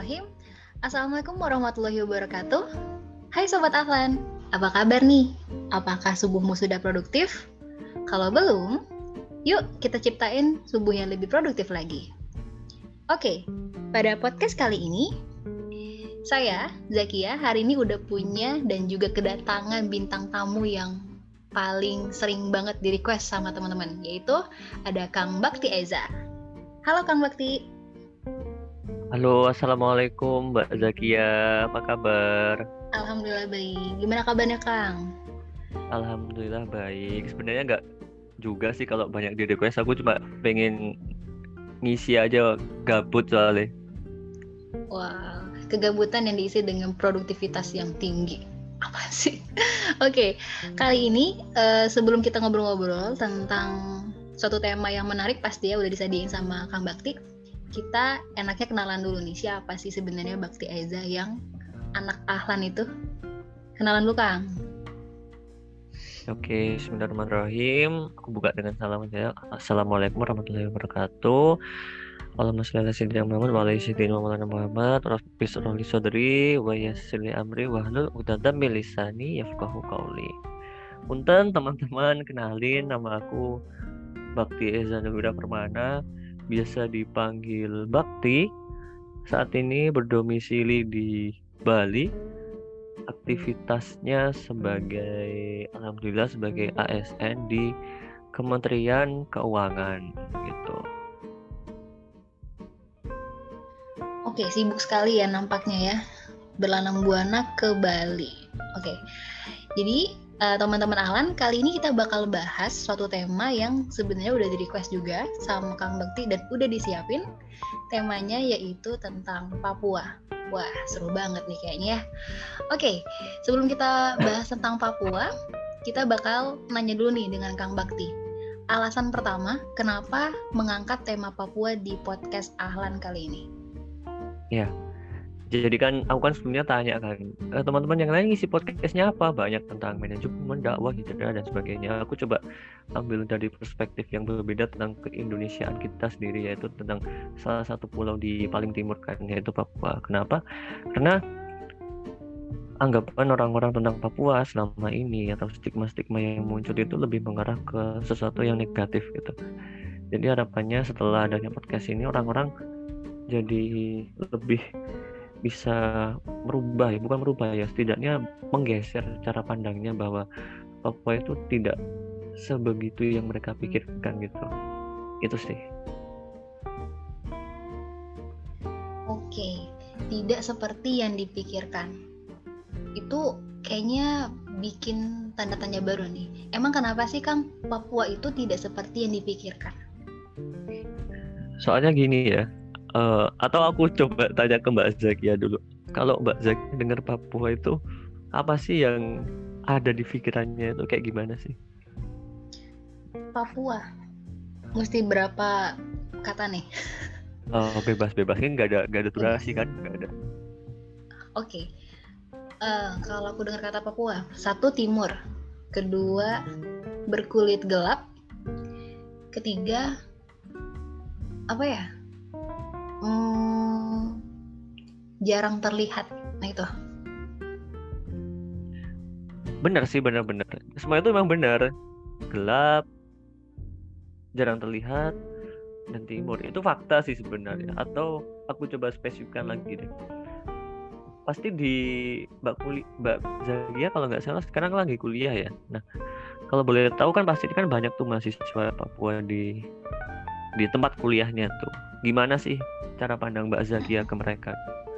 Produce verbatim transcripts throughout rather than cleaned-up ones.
Bismillahirrahmanirrahim. Assalamualaikum warahmatullahi wabarakatuh. Hai Sobat Ahlan, apa kabar nih? Apakah subuhmu sudah produktif? Kalau belum, yuk kita ciptain subuh yang lebih produktif lagi. Oke, pada podcast kali ini, saya, Zakia, hari ini udah punya dan juga kedatangan bintang tamu yang paling sering banget di request sama teman-teman, yaitu ada Kang Bakti Eza. Halo Kang Bakti. Halo, Assalamualaikum Mbak Zakia, apa kabar? Alhamdulillah baik. Gimana kabarnya Kang? Alhamdulillah baik. Sebenarnya nggak juga sih kalau banyak di request, aku cuma pengen ngisi aja gabut soalnya. Wah, kegabutan yang diisi dengan produktivitas yang tinggi. Apa sih? Oke, kali ini uh, sebelum kita ngobrol-ngobrol tentang suatu tema yang menarik, pasti ya udah disadiin sama Kang Bakti. Kita enaknya kenalan dulu nih, siapa sih sebenarnya Bakti Eza yang anak ahlan itu? Kenalan dulu Kang. Oke, bismillahirrahmanirrahim. Aku buka dengan salam aja. Assalamualaikum warahmatullahi wabarakatuh. Allahumma sholli ala sayyidina Muhammad wa ala sayyidina Maulana Muhammad. Rabbi shrah li sadri wa yassir li amri wahlul 'uqdatam min lisani yafqahu qawli. Punten teman-teman, kenalin nama aku Bakti Eza Nurwira Permana, biasa dipanggil Bakti. Saat ini berdomisili di Bali. Aktivitasnya sebagai alhamdulillah sebagai A S N di Kementerian Keuangan gitu. Oke, sibuk sekali ya nampaknya ya. Berlanang buana ke Bali. Oke. Jadi Uh, teman-teman Ahlan, kali ini kita bakal bahas suatu tema yang sebenarnya udah di-request juga sama Kang Bakti dan udah disiapin. Temanya yaitu tentang Papua. Wah, seru banget nih kayaknya ya. Oke, sebelum kita bahas tentang Papua, kita bakal nanya dulu nih dengan Kang Bakti. Alasan pertama, kenapa mengangkat tema Papua di podcast Ahlan kali ini? Ya. Jadi kan aku kan sebelumnya tanya kan e, teman-teman yang lain ngisi podcastnya apa, banyak tentang manajemen, dakwah, hijrah dan sebagainya. Aku coba ambil dari perspektif yang berbeda tentang keindonesiaan kita sendiri, yaitu tentang salah satu pulau di paling timur kan, yaitu Papua. Kenapa? Karena anggapan orang-orang tentang Papua selama ini atau stigma-stigma yang muncul itu lebih mengarah ke sesuatu yang negatif gitu. Jadi harapannya setelah adanya podcast ini orang-orang jadi lebih bisa merubah ya, bukan merubah ya, setidaknya menggeser cara pandangnya bahwa Papua itu tidak sebegitu yang mereka pikirkan gitu. Itu sih. Oke, tidak seperti yang dipikirkan. Itu kayaknya bikin tanda tanya baru nih. Emang kenapa sih Kang Papua itu tidak seperti yang dipikirkan? Soalnya gini ya, Uh, atau aku coba tanya ke Mbak Zakia dulu. Kalau Mbak Zakia dengar Papua itu apa sih yang ada di pikirannya itu, kayak gimana sih? Papua, mesti berapa kata nih? Uh, bebas-bebas kan, nggak ada nggak ada durasi kan, nggak ada. Oke, okay. uh, kalau aku dengar kata Papua, satu timur, kedua berkulit gelap, ketiga apa ya? Hmm, jarang terlihat. Nah itu benar sih, benar-benar semua itu memang benar. Gelap, jarang terlihat, dan timur itu fakta sih sebenarnya. Atau aku coba spesifikkan lagi deh, pasti di Mbak Kuli Mbak Zakia kalau nggak salah sekarang lagi kuliah ya. Nah kalau boleh tahu kan pasti kan banyak tuh mahasiswa Papua di di tempat kuliahnya tuh. Gimana sih cara pandang Mbak Zakia ke mereka?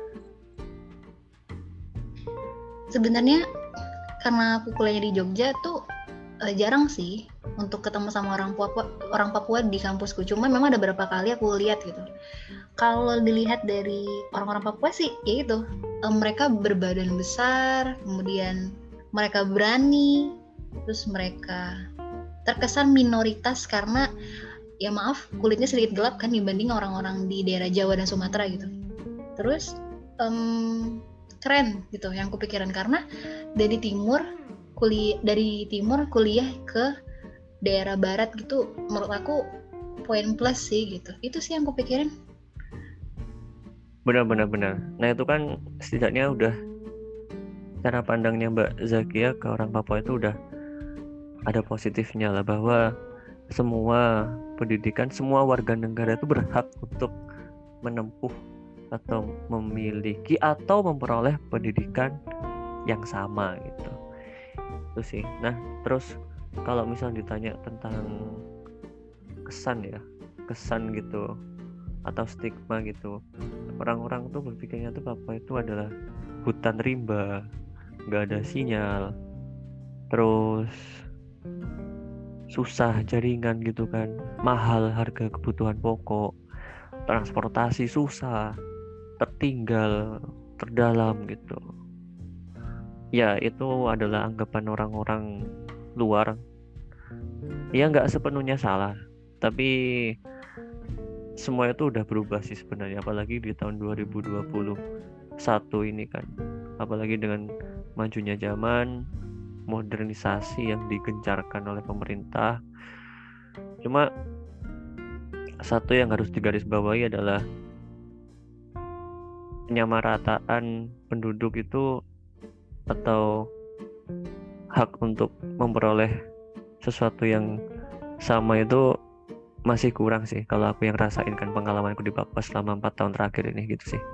Sebenarnya karena aku kuliahnya di Jogja tuh eh, jarang sih untuk ketemu sama orang Papua, orang Papua di kampusku. Cuma memang ada beberapa kali aku lihat gitu. Kalau dilihat dari orang-orang Papua sih, ya itu eh, mereka berbadan besar, kemudian mereka berani, terus mereka terkesan minoritas karena ya maaf kulitnya sedikit gelap kan dibanding orang-orang di daerah Jawa dan Sumatera gitu. Terus um, keren gitu yang kupikiran karena dari timur kuliah dari timur kuliah ke daerah barat gitu, menurut aku poin plus sih gitu. Itu sih yang kupikirin. benar-benar benar. Nah itu kan setidaknya udah cara pandangnya Mbak Zakia ke orang Papua itu udah ada positifnya lah, bahwa semua pendidikan, semua warga negara itu berhak untuk menempuh atau memiliki atau memperoleh pendidikan yang sama gitu. Itu sih. Nah, terus kalau misal ditanya tentang kesan ya, kesan gitu atau stigma gitu, orang-orang tuh berpikirnya tuh Papua itu adalah hutan rimba, nggak ada sinyal, terus susah jaringan gitu kan, mahal harga kebutuhan pokok, transportasi susah, tertinggal, terdalam gitu. Ya itu adalah anggapan orang-orang luar. Ya nggak sepenuhnya salah, tapi semua itu udah berubah sih sebenarnya, apalagi di tahun dua ribu dua puluh satu ini kan, apalagi dengan majunya zaman, modernisasi yang digencarkan oleh pemerintah. Cuma satu yang harus digarisbawahi adalah penyamarataan penduduk itu atau hak untuk memperoleh sesuatu yang sama itu masih kurang sih, kalau aku yang rasain kan pengalamanku di Papua selama empat tahun terakhir ini gitu sih.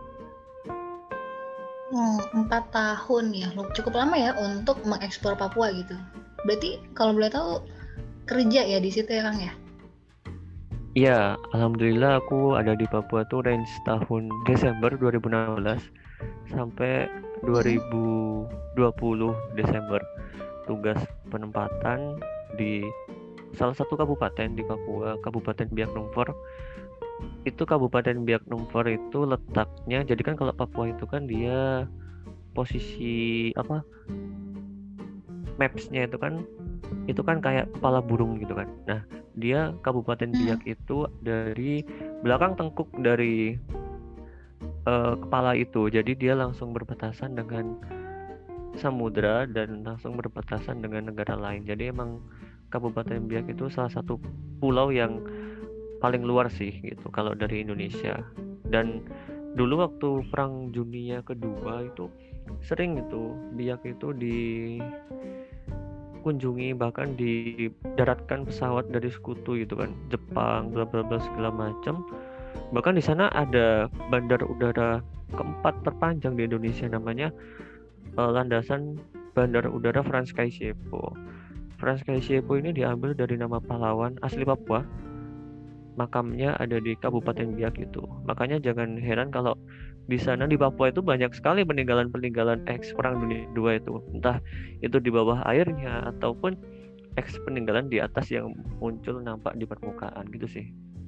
Hmm, empat tahun ya, cukup lama ya untuk mengeksplor Papua gitu. Berarti kalau boleh tahu kerja ya di situ ya Kang ya? Iya, alhamdulillah aku ada di Papua tuh range tahun Desember dua ribu enam belas sampai dua ribu dua puluh Desember. Tugas penempatan di salah satu kabupaten di Papua, Kabupaten Biak Numfor. Itu Kabupaten Biak Numfor itu letaknya, jadi kan kalau Papua itu kan dia posisi apa, maps-nya itu kan itu kan kayak kepala burung gitu kan. Nah, dia Kabupaten Biak itu dari belakang tengkuk dari uh, kepala itu. Jadi dia langsung berbatasan dengan samudra dan langsung berbatasan dengan negara lain. Jadi emang Kabupaten Biak itu salah satu pulau yang paling luar sih gitu kalau dari Indonesia. Dan dulu waktu Perang Dunia Kedua itu sering gitu Biak itu dikunjungi, bahkan didaratkan pesawat dari sekutu gitu kan, Jepang bla bla bla segala macam. Bahkan di sana ada bandar udara keempat terpanjang di Indonesia, namanya uh, landasan Bandar Udara Frans Kaisiepo. Frans Kaisiepo ini diambil dari nama pahlawan asli Papua. Makamnya ada di Kabupaten Biak itu. Makanya jangan heran kalau di sana di Papua itu banyak sekali peninggalan-peninggalan eks Perang Dunia Kedua itu. Entah itu di bawah airnya ataupun eks peninggalan di atas yang muncul nampak di permukaan gitu sih.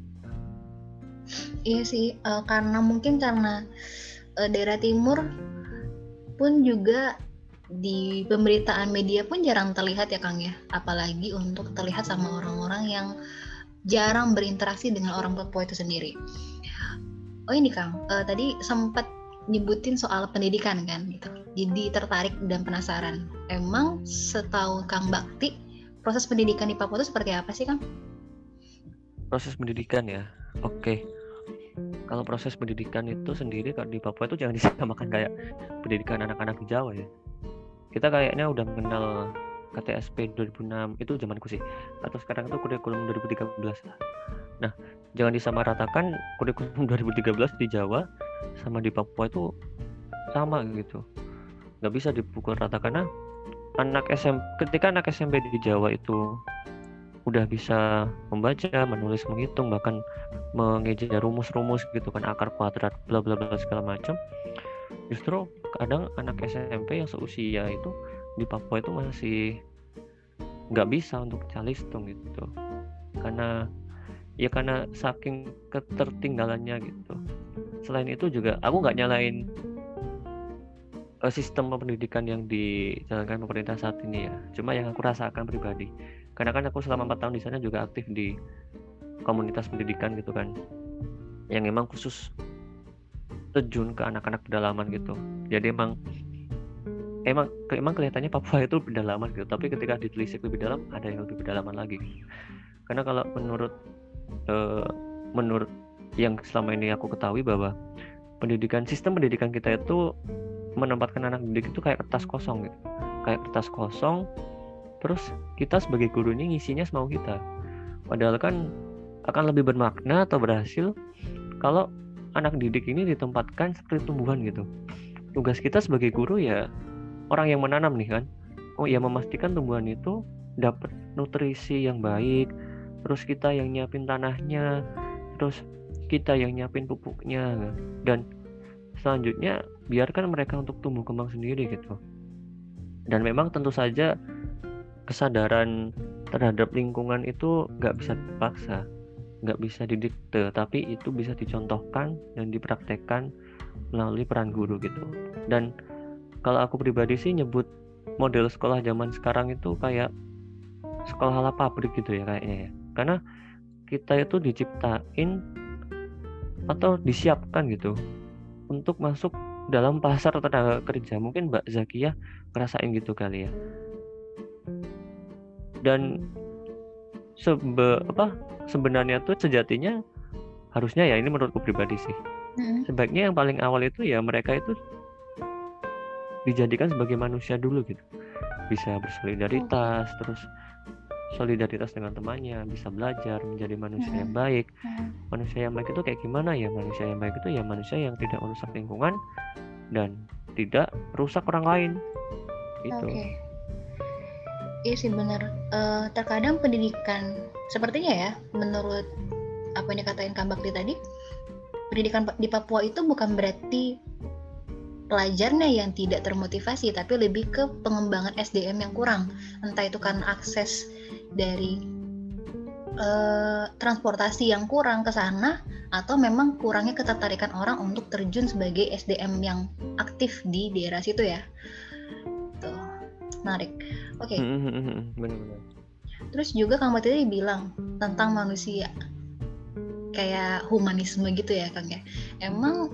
Iya sih, uh, karena mungkin karena uh, daerah timur pun juga di pemberitaan media pun jarang terlihat ya Kang ya, apalagi untuk terlihat sama orang-orang yang jarang berinteraksi dengan orang Papua itu sendiri. Oh ini Kang, uh, tadi sempat nyebutin soal pendidikan kan gitu, jadi tertarik dan penasaran. Emang setahu Kang Bakti, proses pendidikan di Papua itu seperti apa sih Kang? Proses pendidikan ya, oke. Okay. Kalau proses pendidikan itu sendiri kalau di Papua itu jangan disamakan kayak pendidikan anak-anak di Jawa ya. Kita kayaknya udah mengenal K T S P dua ribu enam, itu zamanku sih. Atau sekarang itu kurikulum dua ribu tiga belas. Nah, jangan disamaratakan kurikulum dua ribu tiga belas di Jawa sama di Papua itu sama gitu. Nggak bisa dipukul rata, karena anak S M P, ketika anak S M P di Jawa itu udah bisa membaca, menulis, menghitung, bahkan mengeja rumus-rumus gitu kan, akar kuadrat bla bla bla segala macam. Justru kadang anak S M P yang seusia itu di Papua itu masih nggak bisa untuk baca hitung gitu, karena ya karena saking ketertinggalannya gitu. Selain itu juga aku nggak nyalain uh, sistem pendidikan yang dijalankan pemerintah saat ini ya, cuma yang aku rasakan pribadi, karena kan aku selama empat tahun di sana juga aktif di komunitas pendidikan gitu kan, yang emang khusus terjun ke anak-anak pedalaman gitu. Jadi emang emang emang kelihatannya Papua itu pedalaman gitu, tapi ketika ditelisik lebih dalam ada yang lebih pedalaman lagi. Karena kalau menurut uh, menurut yang selama ini aku ketahui, bahwa pendidikan sistem pendidikan kita itu menempatkan anak didik itu kayak kertas kosong gitu, kayak kertas kosong, terus kita sebagai guru ini ngisinya semau kita. Padahal kan akan lebih bermakna atau berhasil kalau anak didik ini ditempatkan seperti tumbuhan gitu. Tugas kita sebagai guru ya orang yang menanam nih kan, oh ya memastikan tumbuhan itu dapat nutrisi yang baik, terus kita yang nyiapin tanahnya, terus kita yang nyiapin pupuknya, dan selanjutnya biarkan mereka untuk tumbuh kembang sendiri gitu. Dan memang tentu saja kesadaran terhadap lingkungan itu nggak bisa dipaksa, nggak bisa didikte, tapi itu bisa dicontohkan dan dipraktekkan melalui peran guru gitu. Dan kalau aku pribadi sih nyebut model sekolah zaman sekarang itu kayak sekolah ala pabrik gitu ya kayaknya ya, karena kita itu diciptain atau disiapkan gitu untuk masuk dalam pasar tenaga kerja. Mungkin Mbak Zakia ngerasain gitu kali ya. Dan sebe apa sebenarnya tuh sejatinya harusnya ya, ini menurutku pribadi sih, Hmm. sebaiknya yang paling awal itu ya mereka itu dijadikan sebagai manusia dulu gitu, bisa bersolidaritas, terus solidaritas dengan temannya, bisa belajar menjadi manusia yang baik. Manusia yang baik itu kayak gimana ya? Manusia yang baik itu ya manusia yang tidak merusak lingkungan dan tidak rusak orang lain gitu. Oke. Okay. Iya sih benar. Uh, terkadang pendidikan sepertinya ya, menurut apa yang dikatain Kak Bakti tadi, pendidikan di Papua itu bukan berarti pelajarnya yang tidak termotivasi, tapi lebih ke pengembangan S D M yang kurang. Entah itu kan akses dari uh, transportasi yang kurang ke sana, atau memang kurangnya ketertarikan orang untuk terjun sebagai S D M yang aktif di daerah situ ya. Tuh, menarik. Oke. Okay. Benar-benar. Terus juga Kang Bakti tadi bilang tentang manusia, kayak humanisme gitu ya Kang ya. Emang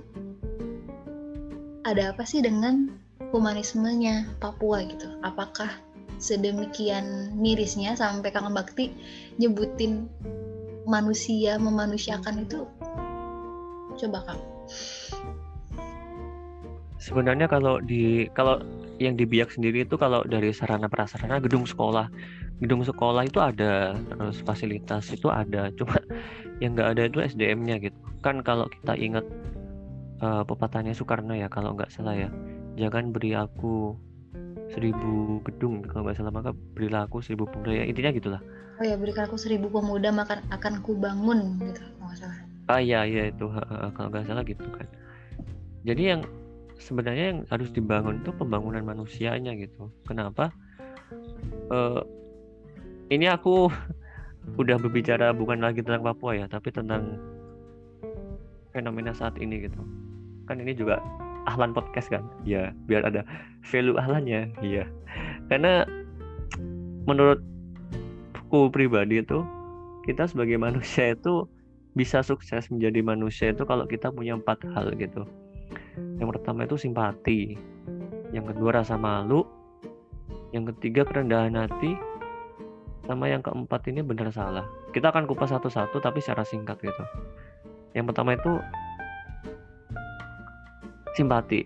ada apa sih dengan humanismenya Papua gitu? Apakah sedemikian mirisnya sampai Kang Bakti nyebutin manusia memanusiakan itu? Coba Kang. Sebenarnya kalau di kalau yang di Biak sendiri itu kalau dari sarana prasarana, gedung sekolah, gedung sekolah itu ada, terus fasilitas itu ada, cuma yang nggak ada itu S D M-nya gitu. Kan kalau kita ingat uh, pepatahnya Soekarno ya kalau nggak salah ya, jangan beri aku seribu gedung kalau nggak salah, maka berilah aku seribu pemuda, ya intinya gitulah. Oh ya, berikan aku seribu pemuda maka akan ku bangun gitu kalau nggak salah. Ah iya iya itu kalau nggak salah gitu kan. Jadi yang sebenarnya yang harus dibangun itu pembangunan manusianya gitu. Kenapa? Uh, ini aku udah berbicara bukan lagi tentang Papua ya, tapi tentang fenomena saat ini gitu. Kan ini juga Ahlan podcast kan, ya biar ada value Ahlannya, iya. Karena menurutku pribadi itu kita sebagai manusia itu bisa sukses menjadi manusia itu kalau kita punya empat hal gitu. Yang pertama itu simpati, yang kedua rasa malu, yang ketiga kerendahan hati, sama yang keempat ini benar salah. Kita akan kupas satu-satu tapi secara singkat gitu. Yang pertama itu simpati.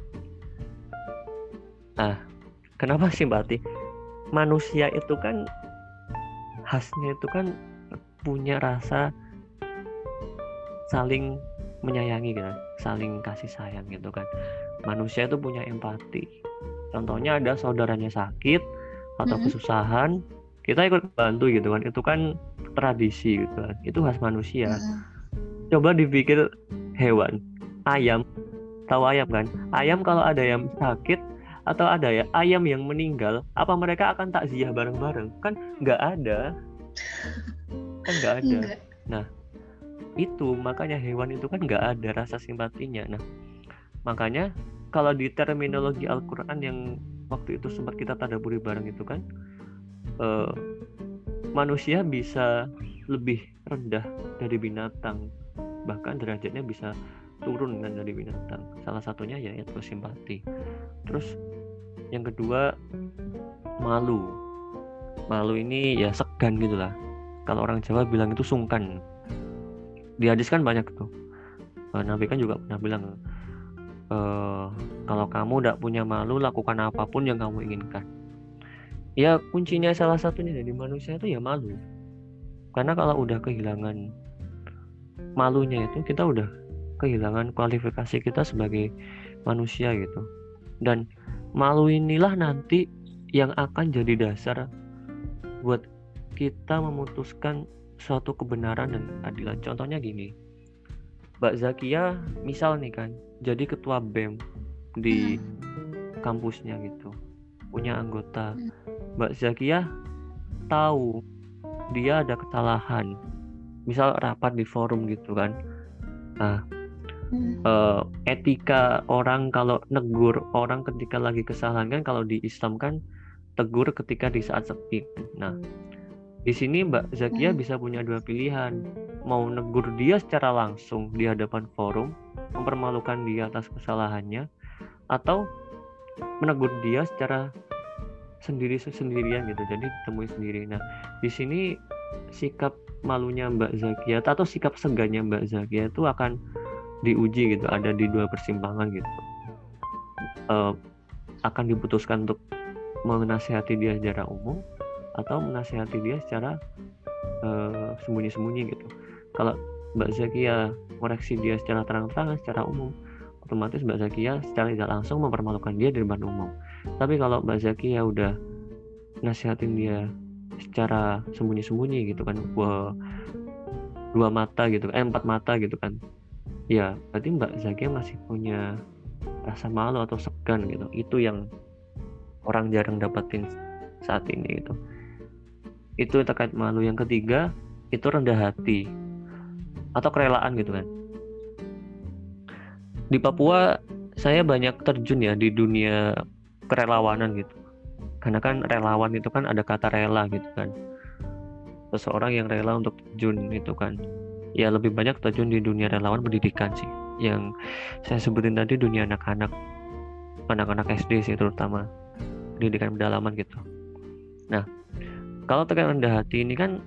Nah, kenapa simpati? Manusia itu kan khasnya itu kan punya rasa saling menyayangi kan, saling kasih sayang gitu kan. Manusia itu punya empati. Contohnya ada saudaranya sakit atau mm-hmm. kesusahan, kita ikut bantu gitu kan. Itu kan tradisi gitu kan. Itu khas manusia. Mm-hmm. Coba dipikir hewan, ayam. Tahu ayam kan? Ayam kalau ada yang sakit atau ada ya ayam yang meninggal, apa mereka akan takziah bareng-bareng? Kan nggak ada. Kan nggak ada. Enggak. Nah, itu makanya hewan itu kan nggak ada rasa simpatinya. Nah, makanya kalau di terminologi Al-Quran yang waktu itu sempat kita tadabburi bareng itu kan, eh, manusia bisa lebih rendah dari binatang, bahkan derajatnya bisa turun kan dari binatang. Salah satunya ya itu simpati. Terus yang kedua malu. Malu ini ya segan gitulah. Kalau orang Jawa bilang itu sungkan. Di hadis kan banyak tuh. uh, Nabi kan juga pernah bilang, uh, kalau kamu tidak punya malu, lakukan apapun yang kamu inginkan. Ya kuncinya salah satunya dari manusia itu ya malu. Karena kalau udah kehilangan malunya itu, kita udah kehilangan kualifikasi kita sebagai manusia gitu. Dan malu inilah nanti yang akan jadi dasar buat kita memutuskan suatu kebenaran dan keadilan. Contohnya gini, Mbak Zakia misal nih kan jadi ketua B E M di kampusnya gitu, punya anggota. Mbak Zakia tahu dia ada kesalahan, misal rapat di forum gitu kan. Nah, hmm. uh, etika orang kalau negur orang ketika lagi kesalahan kan, kalau di Islam kan tegur ketika di saat sepi. Nah, di sini Mbak Zakia hmm. bisa punya dua pilihan, mau negur dia secara langsung di hadapan forum, mempermalukan dia atas kesalahannya, atau menegur dia secara sendiri sendirian gitu, jadi ditemui sendiri. Nah, di sini sikap malunya Mbak Zakia atau sikap segannya Mbak Zakia itu akan diuji gitu, ada di dua persimpangan gitu. Uh, akan diputuskan untuk menasihati dia secara umum atau menasihati dia secara uh, sembunyi-sembunyi gitu. Kalau Mbak Zakia koreksi dia secara terang-terangan, secara umum, otomatis Mbak Zakia secara tidak langsung mempermalukan dia di depan umum. Tapi kalau Mbak Zakia udah nasihatin dia secara sembunyi-sembunyi gitu kan, dua, dua mata gitu, eh empat mata gitu kan, ya berarti Mbak Zakia masih punya rasa malu atau segan gitu. Itu yang orang jarang dapatin saat ini gitu. Itu terkait malu. Yang ketiga itu rendah hati atau kerelaan gitu kan. Di Papua saya banyak terjun ya di dunia kerelawanan gitu. Karena kan relawan itu kan ada kata rela gitu kan. Seseorang yang rela untuk terjun itu kan. Ya lebih banyak terjun di dunia relawan pendidikan sih. Yang saya sebutin tadi dunia anak-anak, anak-anak S D sih terutama, pendidikan pendalaman gitu. Nah, kalau terkait rendah hati ini kan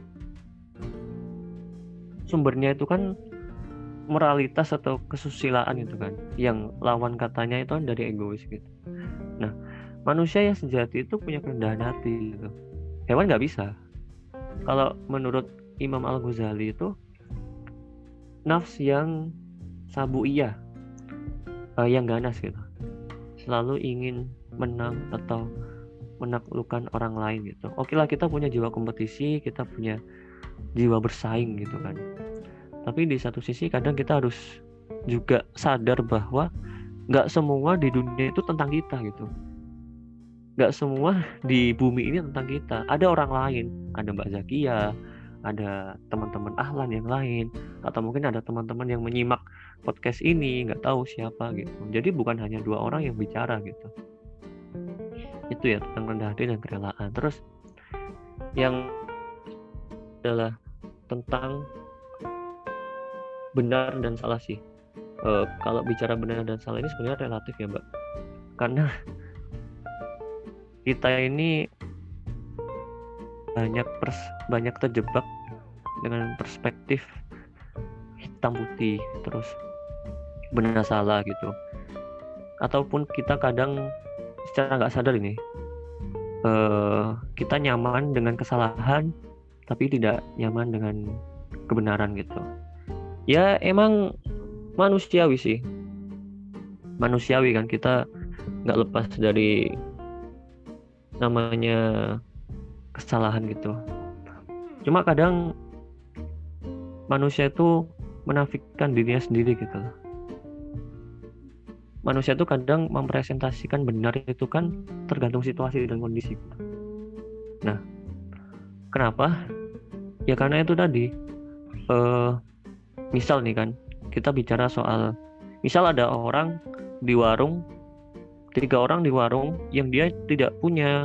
sumbernya itu kan moralitas atau kesusilaan gitu kan, yang lawan katanya itu kan dari egois gitu. Nah, manusia yang sejati itu punya kerendahan hati gitu. Hewan nggak bisa. Kalau menurut Imam Al-Ghazali itu nafs yang sabuiyah, uh, yang ganas gitu, selalu ingin menang atau menaklukkan orang lain gitu. Oke lah, kita punya jiwa kompetisi, kita punya jiwa bersaing gitu kan. Tapi di satu sisi kadang kita harus juga sadar bahwa nggak semua di dunia itu tentang kita gitu. Nggak semua di bumi ini tentang kita. Ada orang lain, ada Mbak Zakia, ada teman-teman Ahlan yang lain, atau mungkin ada teman-teman yang menyimak podcast ini, nggak tahu siapa gitu. Jadi bukan hanya dua orang yang bicara gitu. Itu ya tentang rendah hati dan kerelaan. Terus yang adalah tentang benar dan salah sih. E, kalau bicara benar dan salah ini sebenarnya relatif ya Mbak, karena kita ini banyak pers banyak terjebak dengan perspektif hitam putih, terus benar salah gitu. Ataupun kita kadang secara nggak sadar ini uh, kita nyaman dengan kesalahan tapi tidak nyaman dengan kebenaran gitu. Ya emang manusiawi sih, manusiawi kan, kita nggak lepas dari namanya kesalahan gitu. Cuma kadang manusia itu menafikan dirinya sendiri gitu. Manusia itu kadang mempresentasikan benar itu kan tergantung situasi dan kondisi. Nah, kenapa? Ya karena itu tadi. Uh, misal nih kan, kita bicara soal, misal ada orang di warung, tiga orang di warung yang dia tidak punya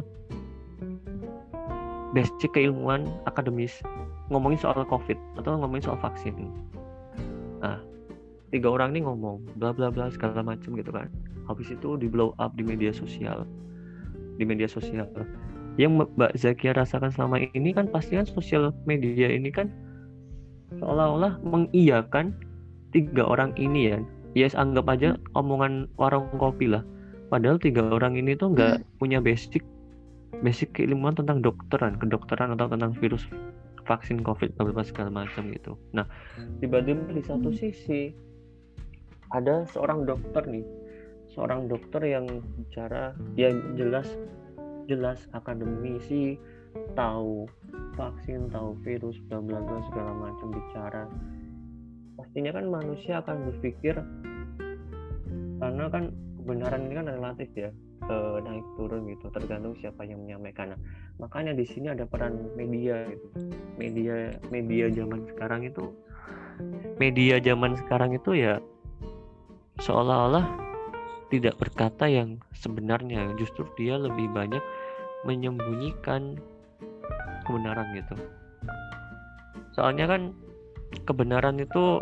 basic keilmuan akademis ngomongin soal COVID atau ngomongin soal vaksin. Nah, tiga orang ini ngomong bla bla bla segala macam gitu kan. Habis itu di blow up di media sosial. Di media sosial. Yang Mbak Zakia rasakan selama ini kan pasti kan sosial media ini kan seolah-olah mengiyakan tiga orang ini ya, yes anggap aja omongan warung kopi lah. Padahal tiga orang ini tuh nggak Hmm. punya basic basic keilmuan tentang dokteran, kedokteran atau tentang virus vaksin COVID apa segala macam gitu. Nah, tiba-tiba di satu sisi ada seorang dokter nih, seorang dokter yang bicara yang jelas jelas akademisi, tahu vaksin, tahu virus, bla bla bla segala macam bicara. Pastinya kan manusia akan berpikir, karena kan kebenaran ini kan relatif ya, eh, naik turun gitu tergantung siapa yang menyampaikan. Nah, makanya di sini ada peran media gitu. Media media zaman sekarang itu media zaman sekarang itu ya seolah-olah tidak berkata yang sebenarnya, justru dia lebih banyak menyembunyikan kebenaran gitu. Soalnya kan kebenaran itu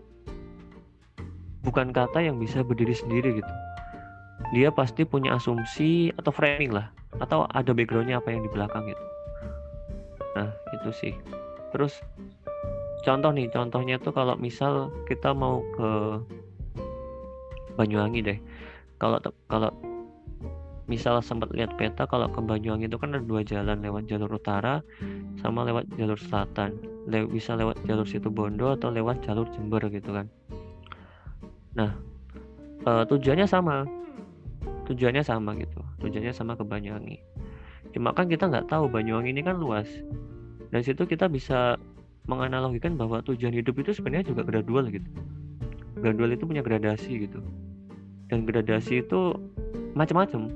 bukan kata yang bisa berdiri sendiri gitu. Dia pasti punya asumsi atau framing lah, atau ada backgroundnya apa yang di belakang gitu. Nah itu sih. Terus contoh nih, contohnya tuh kalau misal kita mau ke Banyuwangi deh. Kalau kalau misal sempat lihat peta, kalau ke Banyuwangi itu kan ada dua jalan, lewat jalur utara sama lewat jalur selatan. Le- bisa lewat jalur Situbondo atau lewat jalur Jember gitu kan. Nah uh, tujuannya sama, tujuannya sama gitu, tujuannya sama ke Banyuwangi. Cuma kan kita nggak tahu Banyuwangi ini kan luas. Dan situ kita bisa menganalogikan bahwa tujuan hidup itu sebenarnya juga gradual gitu. Gradual itu punya gradasi gitu. Dan gradasi itu macam-macam.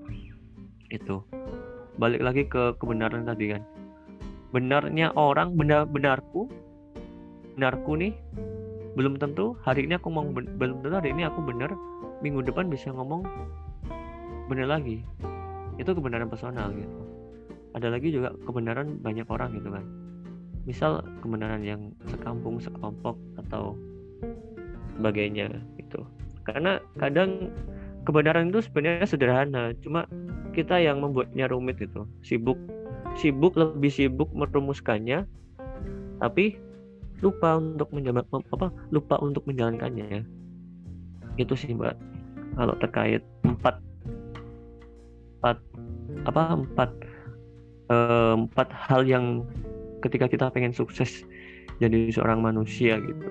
Itu. Balik lagi ke kebenaran tadi kan. Benarnya orang, benar-benarku, benarku nih belum tentu hari ini aku ngomong ben- belum tentu hari ini aku benar, minggu depan bisa ngomong benar lagi. Itu kebenaran personal gitu. Ada lagi juga kebenaran banyak orang gitu kan. Misal kebenaran yang sekampung, sekelompok atau sebagainya gitu. Karena kadang kebenaran itu sebenarnya sederhana, cuma kita yang membuatnya rumit gitu. Sibuk sibuk lebih sibuk merumuskannya, tapi lupa untuk menjabat apa lupa untuk menjalankannya. Itu sih Mbak, kalau terkait empat empat apa empat eh, empat hal yang ketika kita pengen sukses jadi seorang manusia gitu.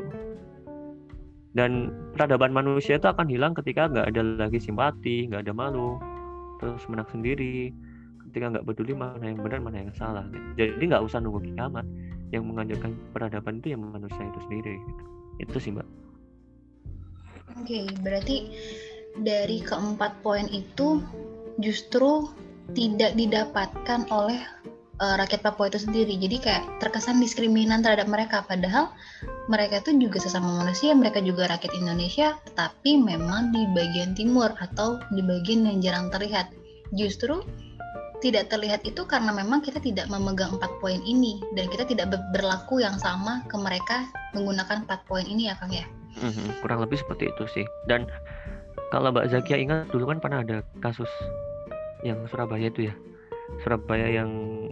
Dan peradaban manusia itu akan hilang ketika nggak ada lagi simpati, nggak ada malu, terus menak sendiri, ketika nggak peduli mana yang benar mana yang salah gitu. Jadi nggak usah nunggu kiamat, yang mengajarkan peradaban itu yang manusia itu sendiri gitu. Itu sih Mbak. Oke, okay, berarti dari keempat poin itu justru tidak didapatkan oleh uh, rakyat Papua itu sendiri. Jadi kayak terkesan diskriminan terhadap mereka, padahal mereka itu juga sesama manusia, mereka juga rakyat Indonesia, tetapi memang di bagian timur atau di bagian yang jarang terlihat. Justru tidak terlihat itu karena memang kita tidak memegang empat poin ini dan kita tidak berlaku yang sama ke mereka menggunakan empat poin ini ya Kang ya. Mm-hmm, kurang lebih seperti itu sih. Dan kalau Mbak Zakia ingat dulu kan pernah ada kasus yang Surabaya itu ya, Surabaya yang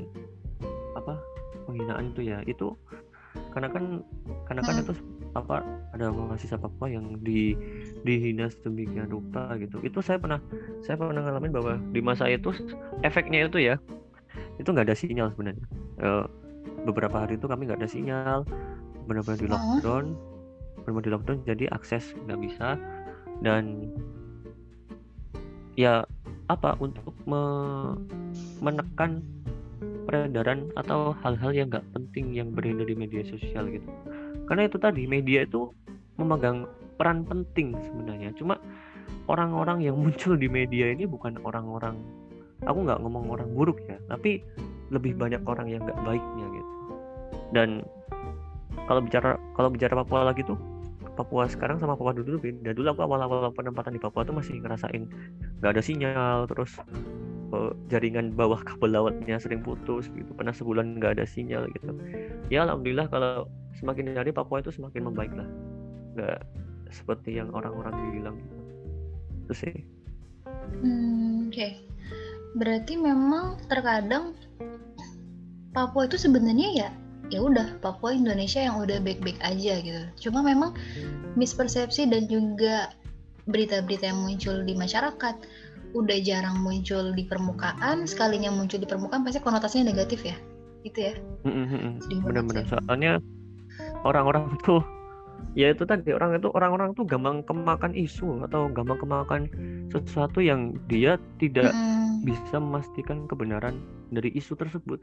apa penghinaan itu ya, itu karena kan karena kan Hmm. itu apa ada mahasiswa Papua yang di dihina sedemikian rupa gitu. Itu saya pernah saya pernah ngalamin bahwa di masa itu efeknya itu ya itu nggak ada sinyal sebenarnya. E, beberapa hari itu kami nggak ada sinyal, benar-benar di lockdown, benar-benar di lockdown, jadi akses nggak bisa. Dan ya apa untuk me- menekan peredaran atau hal-hal yang nggak penting yang beredar di media sosial gitu. Karena itu tadi media itu memegang peran penting sebenarnya. Cuma orang-orang yang muncul di media ini bukan orang-orang, aku nggak ngomong orang buruk ya, tapi lebih banyak orang yang nggak baiknya gitu. Dan kalau bicara kalau bicara Papua lagi tuh, Papua sekarang sama Papua dulu beda. Dulu aku awal-awal penempatan di Papua tuh masih ngerasain nggak ada sinyal, terus jaringan bawah kabel lautnya sering putus gitu, pernah sebulan nggak ada sinyal gitu. Ya alhamdulillah kalau semakin hari Papua itu semakin membaik lah, nggak seperti yang orang-orang bilang gitu. Itu sih. Hmm, Oke, okay. Berarti memang terkadang Papua itu sebenarnya ya ya udah Papua Indonesia yang udah baik-baik aja gitu. Cuma memang mispersepsi dan juga berita-berita yang muncul di masyarakat udah jarang muncul di permukaan, sekalinya muncul di permukaan pasti konotasinya negatif ya, gitu ya. Benar-benar, soalnya orang-orang tuh ya itu tadi, orang itu orang-orang tuh gampang kemakan isu atau gampang kemakan sesuatu yang dia tidak Mm-mm. bisa memastikan kebenaran dari isu tersebut.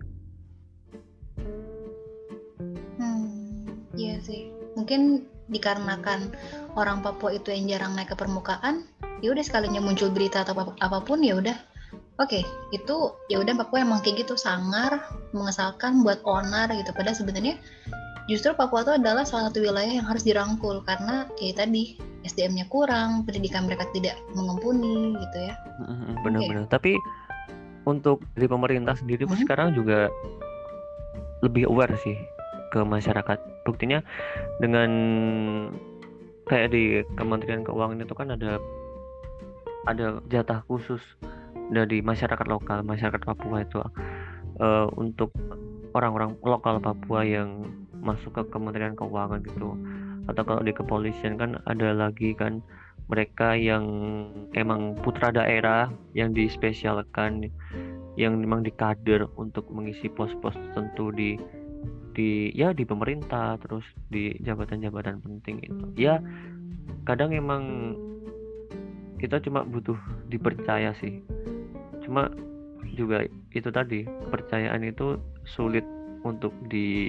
Hmm, iya sih. Mungkin dikarenakan orang Papua itu yang jarang naik ke permukaan, ya udah sekalinya muncul berita atau apa- apapun ya udah. Oke, itu ya udah Papua emang kayak gitu, sangar, mengesalkan buat onar gitu. Padahal sebenarnya justru Papua itu adalah salah satu wilayah yang harus dirangkul karena kayak tadi S D M-nya kurang, pendidikan mereka tidak mengumpuni gitu ya. Benar-benar. Okay. Tapi untuk dari pemerintah sendiri pun hmm? sekarang juga lebih aware sih ke masyarakat. Buktinya dengan kayak di Kementerian Keuangan itu kan ada ada jatah khusus dari masyarakat lokal, masyarakat Papua itu uh, untuk orang-orang lokal Papua yang masuk ke Kementerian Keuangan gitu. Atau kalau di kepolisian kan ada lagi kan mereka yang emang putra daerah yang dispesialkan, yang memang dikader untuk mengisi pos-pos tertentu di di ya di pemerintah, terus di jabatan-jabatan penting itu. Ya kadang emang kita cuma butuh dipercaya sih. Cuma juga itu tadi, kepercayaan itu sulit untuk di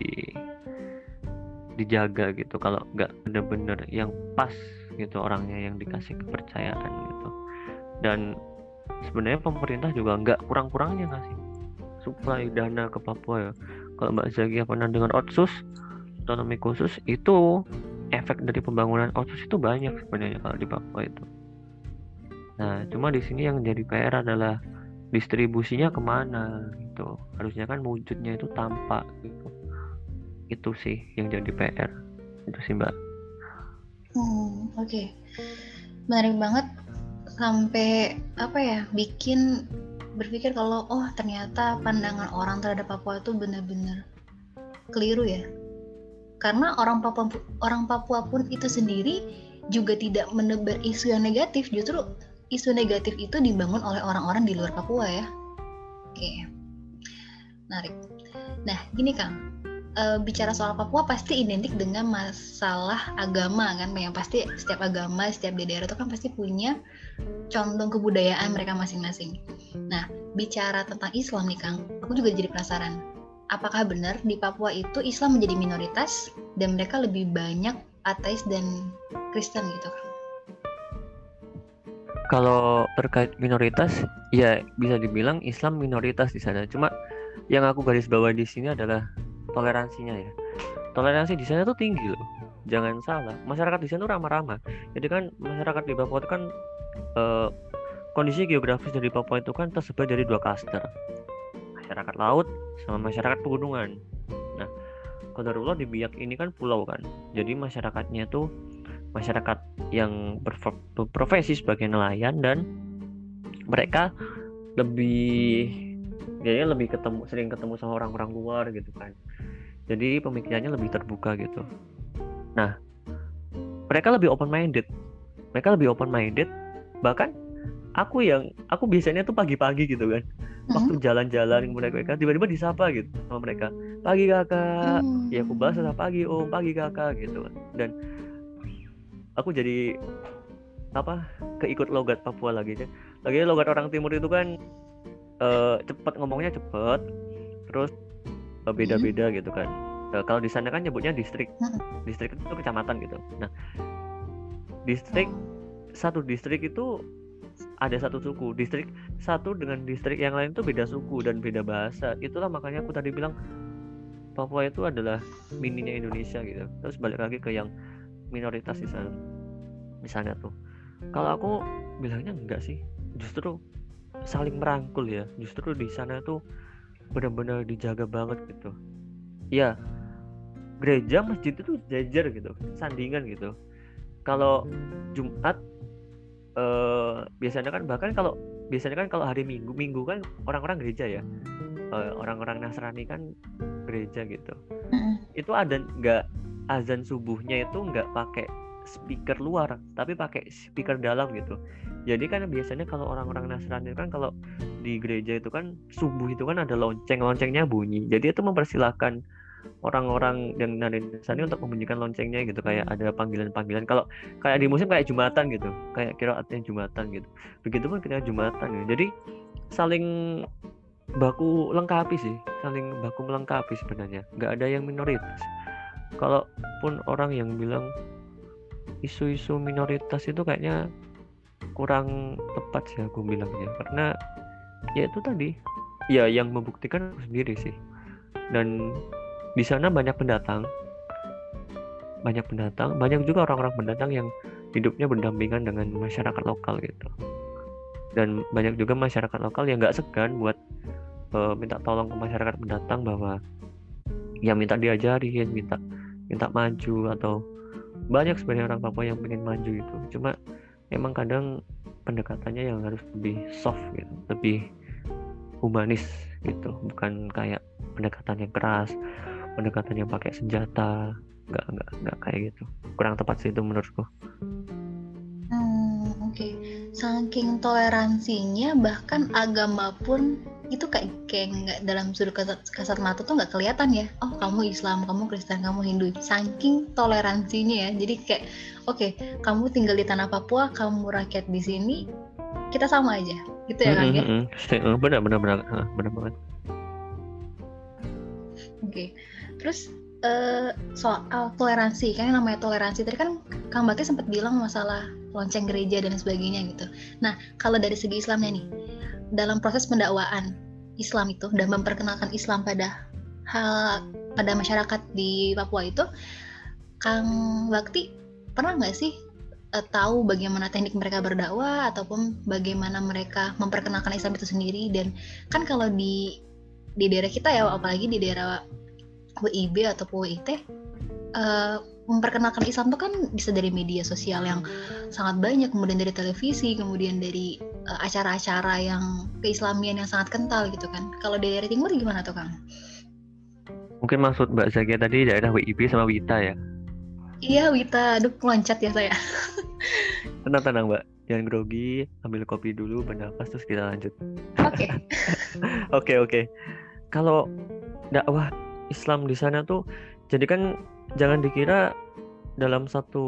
dijaga gitu kalau nggak bener-bener yang pas gitu orangnya yang dikasih kepercayaan gitu. Dan sebenarnya pemerintah juga nggak kurang-kurangnya ngasih suplai dana ke Papua ya. Kalau Mbak Zakia pernah dengan Otsus, otonomi khusus, itu efek dari pembangunan Otsus itu banyak sebenarnya kalau di Papua itu. Nah cuma di sini yang jadi P R adalah distribusinya kemana gitu. Harusnya kan wujudnya itu tampak gitu. Itu sih yang jadi P R. Itu sih Mbak. Hmm, oke. Okay. Menarik banget sampai apa ya, bikin berpikir kalau oh ternyata pandangan orang terhadap Papua itu benar-benar keliru ya. Karena orang Papua orang Papua pun itu sendiri juga tidak menebar isu yang negatif, justru isu negatif itu dibangun oleh orang-orang di luar Papua ya. Oke. Okay. Menarik. Nah, gini Kang. E, bicara soal Papua pasti identik dengan masalah agama kan, yang pasti setiap agama, setiap daerah itu kan pasti punya condong kebudayaan mereka masing-masing. Nah, bicara tentang Islam nih Kang, aku juga jadi penasaran. Apakah benar di Papua itu Islam menjadi minoritas dan mereka lebih banyak ateis dan Kristen gitu Kang? Kalau terkait minoritas, ya bisa dibilang Islam minoritas di sana. Cuma yang aku garis bawah di sini adalah toleransinya ya. Toleransi di sana tuh tinggi loh. Jangan salah, masyarakat di sana tuh ramah-ramah. Jadi kan masyarakat di Papua itu kan eh, kondisi geografis dari Papua itu kan tersebar dari dua klaster. Masyarakat laut sama masyarakat pegunungan. Nah, qadarullah di Biak ini kan pulau kan. Jadi masyarakatnya tuh masyarakat yang berprofesi sebagai nelayan dan mereka lebih kayaknya lebih ketemu sering ketemu sama orang-orang luar gitu kan. Jadi pemikirannya lebih terbuka gitu. Nah, mereka lebih open minded. Mereka lebih open minded. Bahkan aku yang aku biasanya tuh pagi-pagi gitu kan. Mm-hmm. Waktu jalan-jalan mereka tiba-tiba disapa gitu sama mereka. Pagi kakak. Mm-hmm. Ya aku balas pagi om, pagi kakak gitu. Dan aku jadi apa keikut logat Papua lagi ya. Lagi logat orang timur itu kan uh, cepet ngomongnya cepet, terus uh, beda-beda gitu kan. Uh, kalau di sana kan nyebutnya distrik, distrik itu kecamatan gitu. Nah, distrik satu distrik itu ada satu suku. Distrik satu dengan distrik yang lain itu beda suku dan beda bahasa. Itulah makanya aku tadi bilang Papua itu adalah mininya Indonesia gitu. Terus balik lagi ke yang minoritas di sana, di sana tuh. Kalau aku bilangnya enggak sih, justru saling merangkul ya. Justru di sana tuh benar-benar dijaga banget gitu. Ya, gereja masjid itu jajar gitu, sandingan gitu. Kalau Jumat eh, biasanya kan bahkan kalau biasanya kan kalau hari Minggu Minggu kan orang-orang gereja ya, eh, orang-orang Nasrani kan gereja gitu. itu ada nggak azan subuhnya itu nggak pakai speaker luar tapi pakai speaker dalam gitu. Jadi kan biasanya kalau orang-orang Nasrani kan kalau di gereja itu kan subuh itu kan ada lonceng, loncengnya bunyi. Jadi itu mempersilahkan orang-orang yang dari Nasrani untuk membunyikan loncengnya gitu, kayak ada panggilan-panggilan. Kalau kayak di musim kayak Jumatan gitu, kayak kiraatnya Jumatan gitu. Begitupun ketika Jumatan gitu. Jadi saling baku lengkapi sih, saling baku melengkapi sebenarnya. Nggak ada yang minoritas. Kalaupun orang yang bilang isu-isu minoritas itu kayaknya kurang tepat sih aku bilangnya, karena ya itu tadi ya yang membuktikan aku sendiri sih. Dan di sana banyak pendatang, banyak pendatang, banyak juga orang-orang pendatang yang hidupnya berdampingan dengan masyarakat lokal gitu. Dan banyak juga masyarakat lokal yang nggak segan buat uh, minta tolong ke masyarakat pendatang bahwa ya minta diajarin, minta minta maju, atau banyak sebenarnya orang Papua yang pengen maju gitu. Cuma emang kadang pendekatannya yang harus lebih soft gitu, lebih humanis gitu, bukan kayak pendekatan yang keras, pendekatan yang pakai senjata. Nggak nggak nggak kayak gitu, kurang tepat sih itu menurutku. Hmm, oke. Okay. Saking toleransinya bahkan agama pun itu kayak kayak nggak dalam sudut kasat, kasat mata tuh nggak kelihatan ya. Oh kamu Islam, kamu Kristen, kamu Hindu. Saking toleransinya ya. Jadi kayak oke, okay, kamu tinggal di tanah Papua, kamu rakyat di sini, kita sama aja. Gitu ya Kang ya. Benar benar benar benar banget. Oke. Okay. Terus uh, soal toleransi, kan yang namanya toleransi tadi kan Kang Bakti sempat bilang masalah lonceng gereja dan sebagainya gitu. Nah, kalau dari segi Islamnya nih, dalam proses pendakwaan Islam itu dan memperkenalkan Islam pada hal pada masyarakat di Papua itu, Kang Bakti pernah nggak sih uh, tahu bagaimana teknik mereka berdakwah ataupun bagaimana mereka memperkenalkan Islam itu sendiri? Dan kan kalau di di daerah kita ya, apalagi di daerah W I B atau W I T, uh, memperkenalkan Islam itu kan bisa dari media sosial yang sangat banyak, kemudian dari televisi, kemudian dari uh, acara-acara yang keislamian yang sangat kental gitu kan. Kalau di daerah timur gimana tuh Kang? Mungkin maksud Mbak Zakia tadi daerah W I B sama Wita ya? Iya Wita, aduh loncat ya saya. Tenang-tenang Mbak, jangan grogi, ambil kopi dulu, bernafas, terus kita lanjut. Oke. Oke oke. Kalau dakwah Islam di sana tuh, jadi kan jangan dikira dalam satu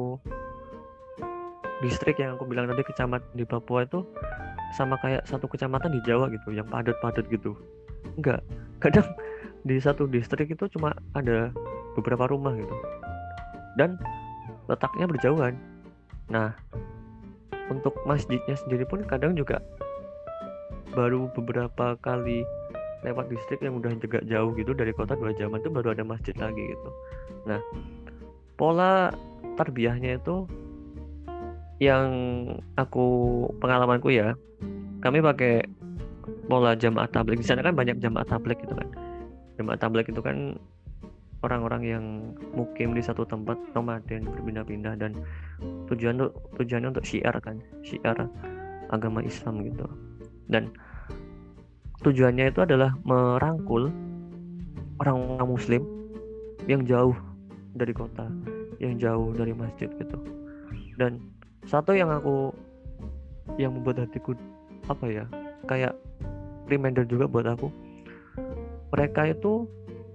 distrik yang aku bilang tadi, kecamatan di Papua itu sama kayak satu kecamatan di Jawa gitu, yang padat-padat gitu. Enggak, kadang di satu distrik itu cuma ada beberapa rumah gitu, dan letaknya berjauhan. Nah, untuk masjidnya sendiri pun kadang juga baru beberapa kali lewat distrik yang udah juga jauh gitu dari kota, dua jaman tuh baru ada masjid lagi gitu. Nah, pola tarbiyahnya itu yang aku pengalamanku ya, kami pakai pola jamaah tabligh. Di sana kan banyak jamaah tabligh gitu kan. Jamaah tabligh itu kan orang-orang yang mukim di satu tempat, nomaden, berpindah-pindah, dan tujuan tuh tujuannya untuk syiar kan, syiar agama Islam gitu. Dan tujuannya itu adalah merangkul orang-orang muslim yang jauh dari kota, yang jauh dari masjid gitu. Dan satu yang aku yang membuat hatiku apa ya, kayak reminder juga buat aku, mereka itu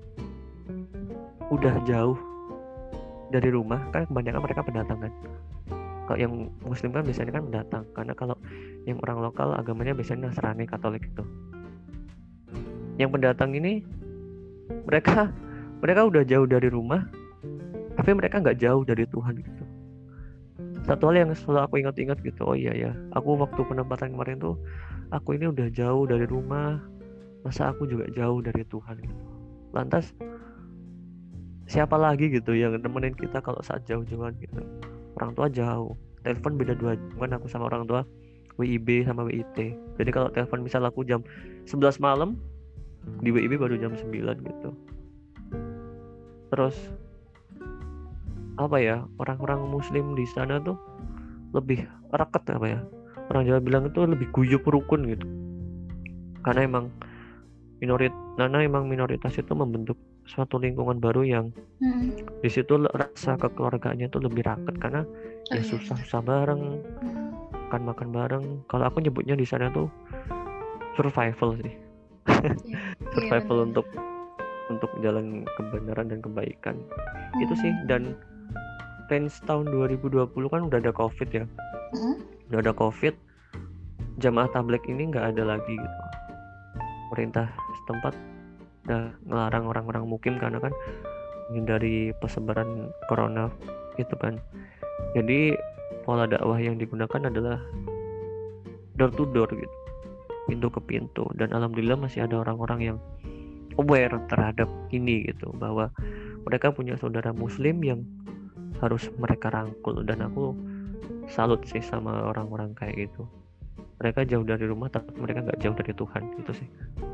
udah jauh dari rumah kan, kebanyakan mereka pendatang kan. Kalau yang muslim kan biasanya kan pendatang, karena kalau yang orang lokal agamanya biasanya Nasrani, Katolik gitu. Yang pendatang ini mereka mereka udah jauh dari rumah, tapi mereka nggak jauh dari Tuhan gitu. Satu hal yang selalu aku ingat-ingat gitu, oh iya ya, aku waktu penempatan kemarin tuh, aku ini udah jauh dari rumah, masa aku juga jauh dari Tuhan gitu. Lantas siapa lagi gitu yang nemenin kita kalau saat jauh-jauhan gitu? Orang tua jauh, telepon beda dua jam kan aku sama orang tua, W I B sama W I T. Jadi kalau telepon misal aku jam sebelas malam, di W I B baru jam sembilan gitu. Terus apa ya, orang-orang muslim di sana tuh lebih raket apa ya, orang Jawa bilang itu lebih guyup rukun gitu. Karena emang minorit, karena emang minoritas itu membentuk suatu lingkungan baru yang Hmm. di situ rasa kekeluargaannya tuh lebih raket karena Oh ya iya, iya. susah-susah bareng, Hmm. makan-makan bareng. Kalau aku nyebutnya di sana tuh survival sih. Iya, iya Survival benar. untuk untuk jalan kebenaran dan kebaikan. Itu sih. Hmm. Dan range tahun dua ribu dua puluh kan udah ada covid ya. Hmm. Udah ada covid, jamaah tabligh ini nggak ada lagi gitu. Pemerintah setempat udah ngelarang orang-orang mukim karena kan menghindari persebaran corona gitu kan. Jadi pola dakwah yang digunakan adalah door to door gitu, pintu ke pintu, dan alhamdulillah masih ada orang-orang yang aware terhadap ini gitu, bahwa mereka punya saudara muslim yang harus mereka rangkul. Dan aku salut sih sama orang-orang kayak gitu. Mereka jauh dari rumah tapi mereka nggak jauh dari Tuhan, itu sih.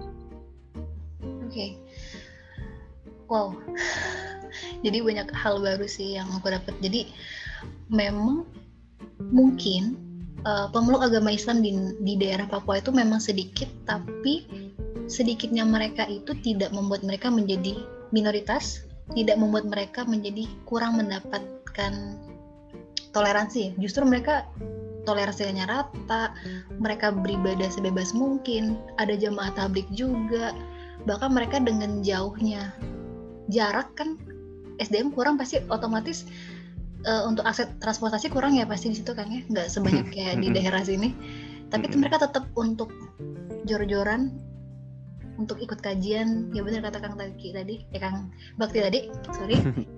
Oke. Okay. Wow. Jadi banyak hal baru sih yang aku dapat. Jadi memang mungkin uh, pemeluk agama Islam di, di daerah Papua itu memang sedikit, tapi sedikitnya mereka itu tidak membuat mereka menjadi minoritas, tidak membuat mereka menjadi kurang mendapatkan toleransi. Justru mereka toleransinya rata, mereka beribadah sebebas mungkin, ada jamaah tabligh juga. Bahkan mereka dengan jauhnya jarak kan S D M kurang, pasti otomatis uh, untuk akses transportasi kurang ya pasti di situ kan ya, nggak sebanyak kayak di daerah sini. Tapi mereka tetap untuk jor-joran, untuk ikut kajian. Ya benar kata Kang Taki tadi, ya Kang Bakti tadi, sorry.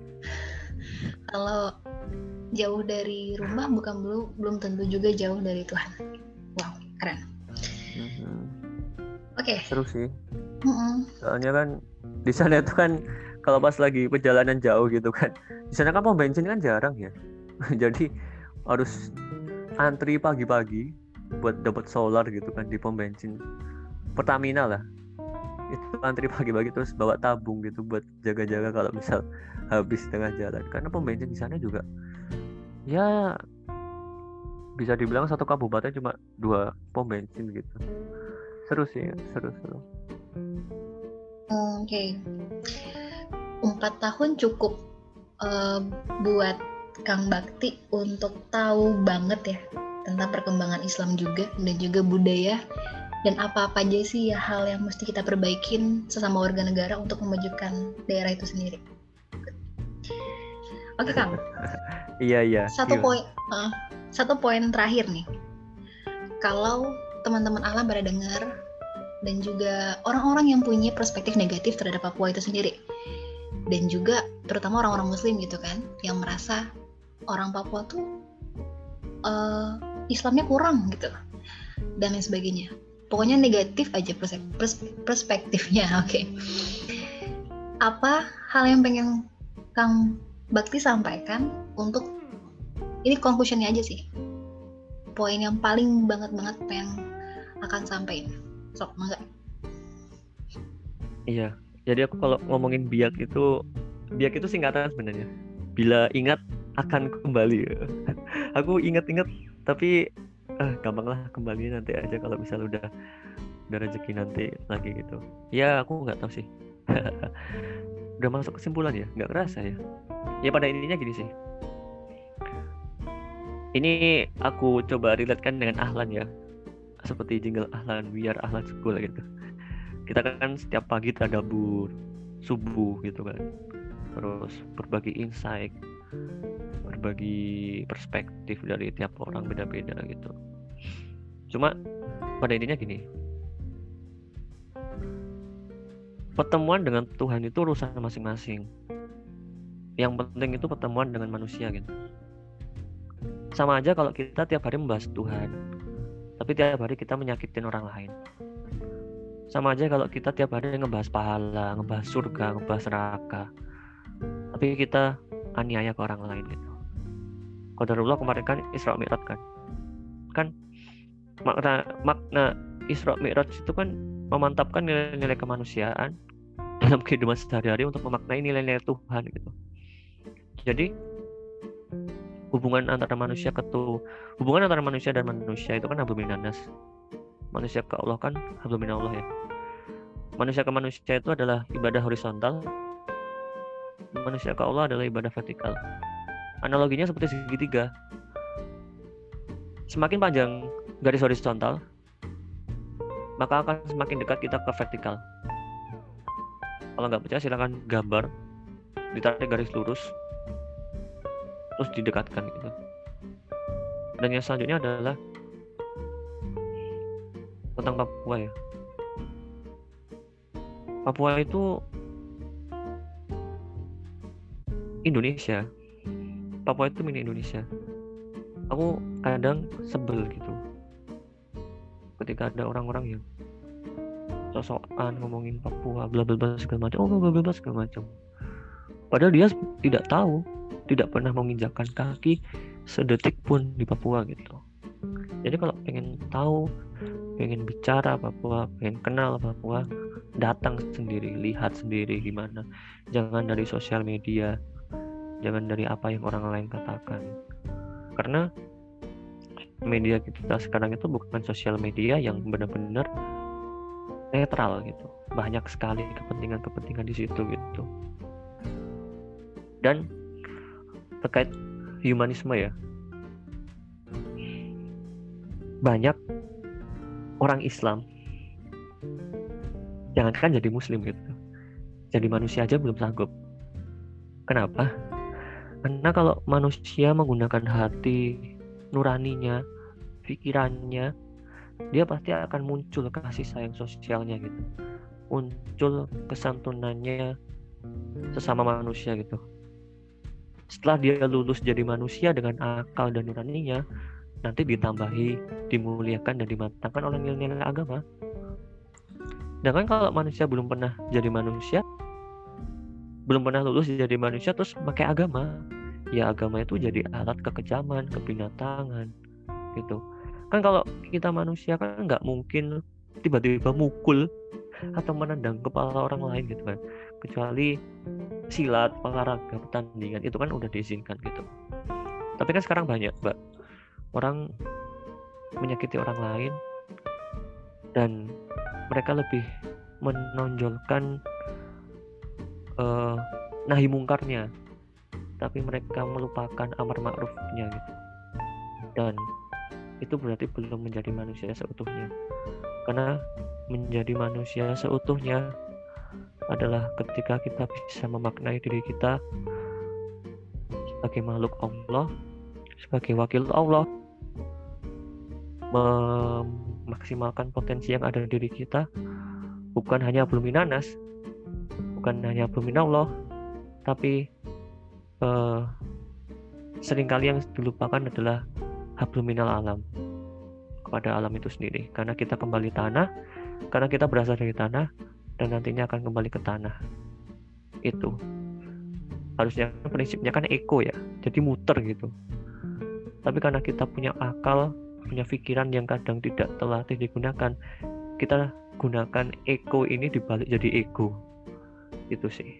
Kalau jauh dari rumah bukan belum belum tentu juga jauh dari Tuhan. Wow, keren. Mm-hmm. Oke. Okay. Seru sih. Mm-hmm. Soalnya kan di sana itu kan kalau pas lagi perjalanan jauh gitu kan, di sana kan pom bensin kan jarang ya. Jadi harus antri pagi-pagi buat dapat solar gitu kan di pom bensin Pertamina lah. Itu antri pagi-pagi terus bawa tabung gitu buat jaga-jaga kalau misal habis tengah jalan. Karena pom bensin di sana juga ya bisa dibilang satu kabupaten cuma dua pom bensin gitu. Seru sih, seru-seru. Oke. Okay. Empat tahun cukup uh, buat Kang Bakti untuk tahu banget ya tentang perkembangan Islam juga dan juga budaya, dan apa-apa aja sih ya hal yang mesti kita perbaikin sesama warga negara untuk memajukan daerah itu sendiri. Oke okay, Kang. Iya iya. Satu poin, uh, satu poin terakhir nih. Kalau teman-teman alam pada dengar dan juga orang-orang yang punya perspektif negatif terhadap Papua itu sendiri, dan juga terutama orang-orang Muslim gitu kan, yang merasa orang Papua tuh uh, Islamnya kurang gitu dan lain sebagainya. Pokoknya negatif aja perspektifnya. Oke. Okay. Apa hal yang pengen Kang Bakti sampaikan untuk ini conclusionnya aja sih, poin yang paling banget banget pengen akan sampaikan. Sok, enggak? Iya. Jadi aku kalau ngomongin biak itu, biak itu singkatan sebenarnya. Bila ingat akan kembali. Aku ingat-ingat tapi eh, gampang lah kembali nanti aja kalau misal udah udah rezeki nanti lagi gitu. Ya aku nggak tahu sih. Udah masuk kesimpulan ya, nggak kerasa ya. Ya pada intinya gini sih. Ini aku coba relatekan dengan Ahlan ya. Seperti jingle Ahlan, biar Ahlan school gitu. Kita kan setiap pagi tadabur subuh gitu kan, terus berbagi insight, berbagi perspektif dari tiap orang beda-beda gitu. Cuma pada intinya gini, pertemuan dengan Tuhan itu urusan masing-masing. Yang penting itu pertemuan dengan manusia gitu. Sama aja kalau kita tiap hari membahas Tuhan, tapi tiap hari kita menyakitin orang lain. Sama aja kalau kita tiap hari ngebahas pahala, ngebahas surga, ngebahas neraka, tapi kita aniaya ke orang lain gitu. Qadarullah kemarin kan Isra Mi'raj kan. Kan makna makna Isra Mi'raj itu kan memantapkan nilai-nilai kemanusiaan dalam kehidupan sehari-hari untuk memaknai nilai-nilai Tuhan gitu. Jadi hubungan antara manusia ke tuh, hubungan antara manusia dan manusia itu kan hablum minannas. Manusia ke Allah kan hablum minallah ya. Manusia ke manusia itu adalah ibadah horizontal, manusia ke Allah adalah ibadah vertikal. Analoginya seperti segitiga. Semakin panjang garis horizontal, maka akan semakin dekat kita ke vertikal. Kalau nggak percaya silakan gambar, ditarik garis lurus, terus didekatkan gitu. Dan yang selanjutnya adalah tentang Papua ya. Papua itu Indonesia. Papua itu mini Indonesia. Aku kadang sebel gitu ketika ada orang-orang yang sosokan ngomongin Papua, bla bla bla segala macam, oh bla bla bla segala macam. Padahal dia tidak tahu, tidak pernah menginjakkan kaki sedetik pun di Papua gitu. Jadi kalau pengen tahu, pengen bicara Papua, pengen kenal Papua, datang sendiri, lihat sendiri gimana. Jangan dari sosial media, jangan dari apa yang orang lain katakan. Karena media kita sekarang itu bukan sosial media yang benar-benar netral gitu. Banyak sekali kepentingan-kepentingan di situ gitu. Dan terkait humanisme ya, banyak orang Islam, jangankan jadi muslim gitu, jadi manusia aja belum sanggup. Kenapa? Karena kalau manusia menggunakan hati nuraninya, pikirannya, dia pasti akan muncul kasih sayang sosialnya gitu, muncul kesantunannya sesama manusia gitu. Setelah dia lulus jadi manusia dengan akal dan nuraninya, nanti ditambahi, dimuliakan dan dimatangkan oleh nilai-nilai agama. Sedangkan kalau manusia belum pernah jadi manusia, belum pernah lulus jadi manusia terus pakai agama, ya agama itu jadi alat kekejaman, kebinatangan gitu. Kan kalau kita manusia kan nggak mungkin tiba-tiba mukul atau menendang kepala orang lain gitu kan, kecuali silat, olahraga, pertandingan itu kan udah diizinkan gitu. Tapi kan sekarang banyak mbak orang menyakiti orang lain dan mereka lebih menonjolkan uh, nahi mungkarnya, tapi mereka melupakan amar ma'rufnya gitu. Dan itu berarti belum menjadi manusia seutuhnya. Karena menjadi manusia seutuhnya adalah ketika kita bisa memaknai diri kita sebagai makhluk Allah, sebagai wakil Allah, memaksimalkan potensi yang ada di diri kita, bukan hanya Abluminanas, bukan hanya Abluminallah, tapi eh, seringkali yang dilupakan adalah Habluminal alam, kepada alam itu sendiri. Karena kita kembali tanah, karena kita berasal dari tanah, dan nantinya akan kembali ke tanah. Itu harusnya prinsipnya kan eko ya, jadi muter gitu. Tapi karena kita punya akal, punya pikiran yang kadang tidak terlatih digunakan, kita gunakan eko ini dibalik jadi ego. Itu sih.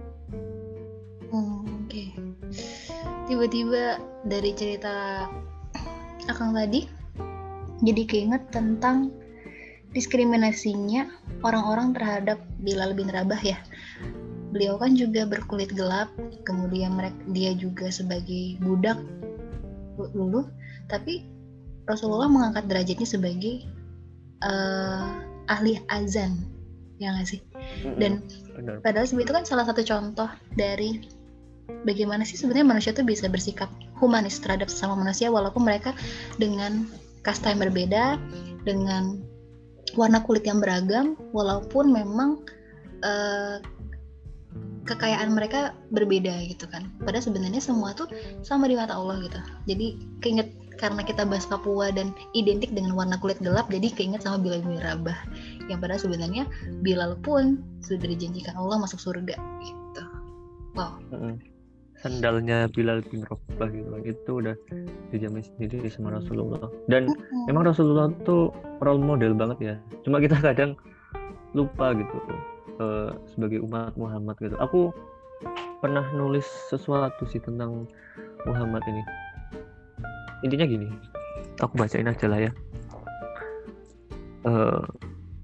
Oh, oke. Okay. Tiba-tiba dari cerita Akang tadi jadi keinget tentang diskriminasinya orang-orang terhadap Bilal bin Rabah ya. Beliau kan juga berkulit gelap, kemudian mereka, dia juga sebagai budak dulu, tapi Rasulullah mengangkat derajatnya sebagai uh, ahli azan, ya nggak sih? Dan Benar. Padahal sebenarnya itu kan salah satu contoh dari bagaimana sih sebenarnya manusia tuh bisa bersikap humanis terhadap sesama manusia walaupun mereka dengan kasta yang berbeda, dengan warna kulit yang beragam, walaupun memang uh, kekayaan mereka berbeda gitu kan. Padahal sebenarnya semua tuh sama di mata Allah gitu. Jadi keinget karena kita bahas Papua dan identik dengan warna kulit gelap, jadi keinget sama Bilal bin Rabah. Yang padahal sebenarnya Bilal pun sudah dijanjikan Allah masuk surga gitu. Wow. Sandalnya Bilal bin Rabah gitu kan, itu udah dijamin sendiri sama Rasulullah. Dan mm-hmm. memang Rasulullah tuh role model banget ya. Cuma kita kadang lupa gitu uh, sebagai umat Muhammad gitu. Aku pernah nulis sesuatu sih tentang Muhammad ini. Intinya gini, aku bacain aja lah ya. Uh,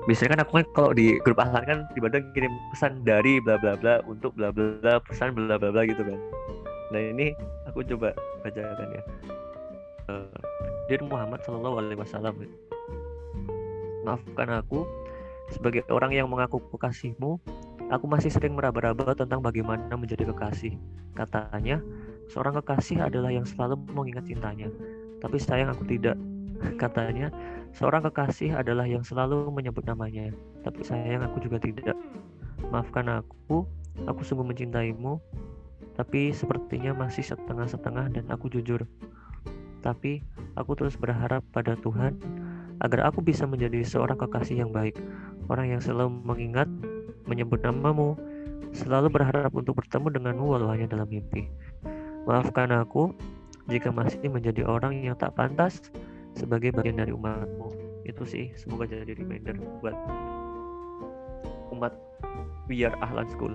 biasanya kan aku kan kalau di grup Ahlan kan tiba-tiba kirim pesan dari bla bla bla untuk bla bla bla pesan bla bla bla gitu kan. Nah ini aku coba bacakan ya. Uh, Dear Muhammad Sallallahu Alaihi Wasallam, maafkan aku sebagai orang yang mengaku kekasihmu. Aku masih sering meraba-raba tentang bagaimana menjadi kekasih. Katanya, seorang kekasih adalah yang selalu mengingat cintanya. Tapi sayang aku tidak. Katanya, seorang kekasih adalah yang selalu menyebut namanya. Tapi sayang aku juga tidak. Maafkan aku, aku sungguh mencintaimu. Tapi sepertinya masih setengah-setengah dan aku jujur. Tapi aku terus berharap pada Tuhan agar aku bisa menjadi seorang kekasih yang baik. Orang yang selalu mengingat, menyebut namamu, selalu berharap untuk bertemu denganmu walau hanya dalam mimpi. Maafkan aku jika masih menjadi orang yang tak pantas sebagai bagian dari umatmu. Itu sih, semoga jadi reminder buat umat biar Ahlan School.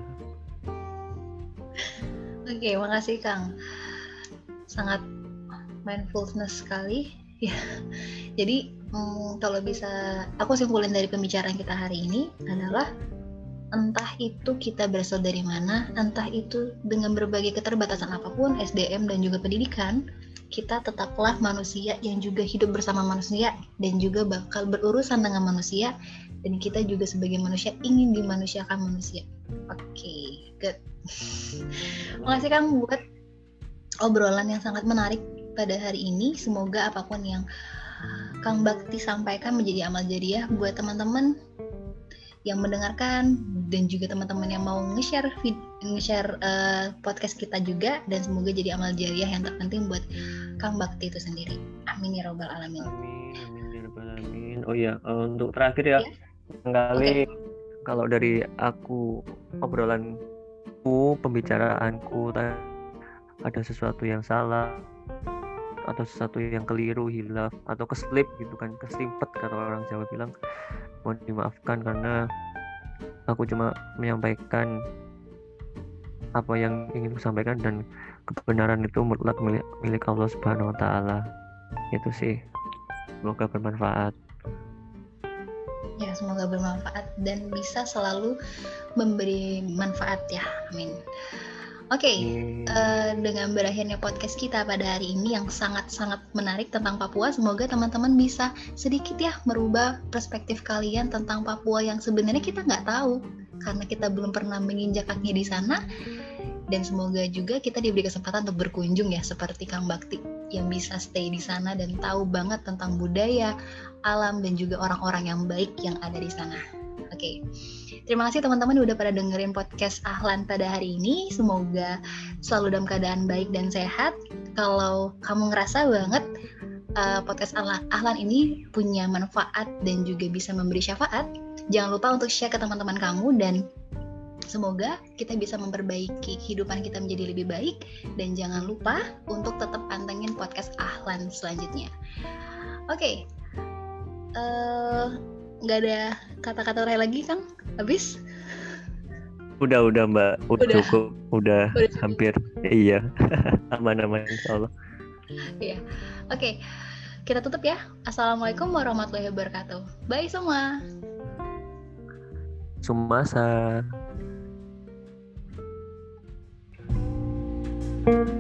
Oke, makasih Kang. Sangat mindfulness sekali. Ya, jadi hmm, kalau bisa aku simpulin dari pembicaraan kita hari ini adalah entah itu kita berasal dari mana, entah itu dengan berbagai keterbatasan apapun, S D M dan juga pendidikan, kita tetaplah manusia yang juga hidup bersama manusia dan juga bakal berurusan dengan manusia, dan kita juga sebagai manusia ingin dimanusiakan manusia. Oke, okay, good. Makasih Kang buat obrolan yang sangat menarik pada hari ini. Semoga apapun yang Kang Bakti sampaikan menjadi amal jariah buat teman-teman yang mendengarkan dan juga teman-teman yang mau nge-share nge-share uh, podcast kita juga, dan semoga jadi amal jariah yang terpenting buat Kang Bakti itu sendiri. Amin ya robbal alamin. Amin, amin ya robbal alamin. Oh iya, uh, untuk terakhir ya, ya? Kali okay. Kalau dari aku, obrolanku, pembicaraanku ada sesuatu yang salah atau sesuatu yang keliru, hilaf atau keslip gitu kan, keslimpet kata orang Jawa bilang, mohon dimaafkan karena aku cuma menyampaikan apa yang ingin aku sampaikan dan kebenaran itu mutlak milik, milik Allah Subhanahu wa taala. Itu sih. Semoga bermanfaat. Ya, semoga bermanfaat dan bisa selalu memberi manfaat ya. Amin. Oke, okay, hmm. uh, dengan berakhirnya podcast kita pada hari ini yang sangat-sangat menarik tentang Papua, semoga teman-teman bisa sedikit ya merubah perspektif kalian tentang Papua yang sebenarnya kita nggak tahu karena kita belum pernah menginjak kaki di sana, dan semoga juga kita diberi kesempatan untuk berkunjung ya seperti Kang Bakti yang bisa stay di sana dan tahu banget tentang budaya, alam dan juga orang-orang yang baik yang ada di sana. Oke, okay. Terima kasih teman-teman udah pada dengerin podcast Ahlan pada hari ini. Semoga selalu dalam keadaan baik dan sehat. Kalau kamu ngerasa banget uh, podcast Ahlan ini punya manfaat dan juga bisa memberi syafaat, jangan lupa untuk share ke teman-teman kamu, dan semoga kita bisa memperbaiki kehidupan kita menjadi lebih baik. Dan jangan lupa untuk tetap pantengin podcast Ahlan selanjutnya. Oke, okay. uh, nggak ada kata-kata lagi Kang? Habis? Udah udah Mbak, udah, udah. cukup, udah, udah hampir, iya, aman-aman insyaallah. Iya, oke, okay. Kita tutup ya. Assalamualaikum warahmatullahi wabarakatuh. Bye semua. Sumasa.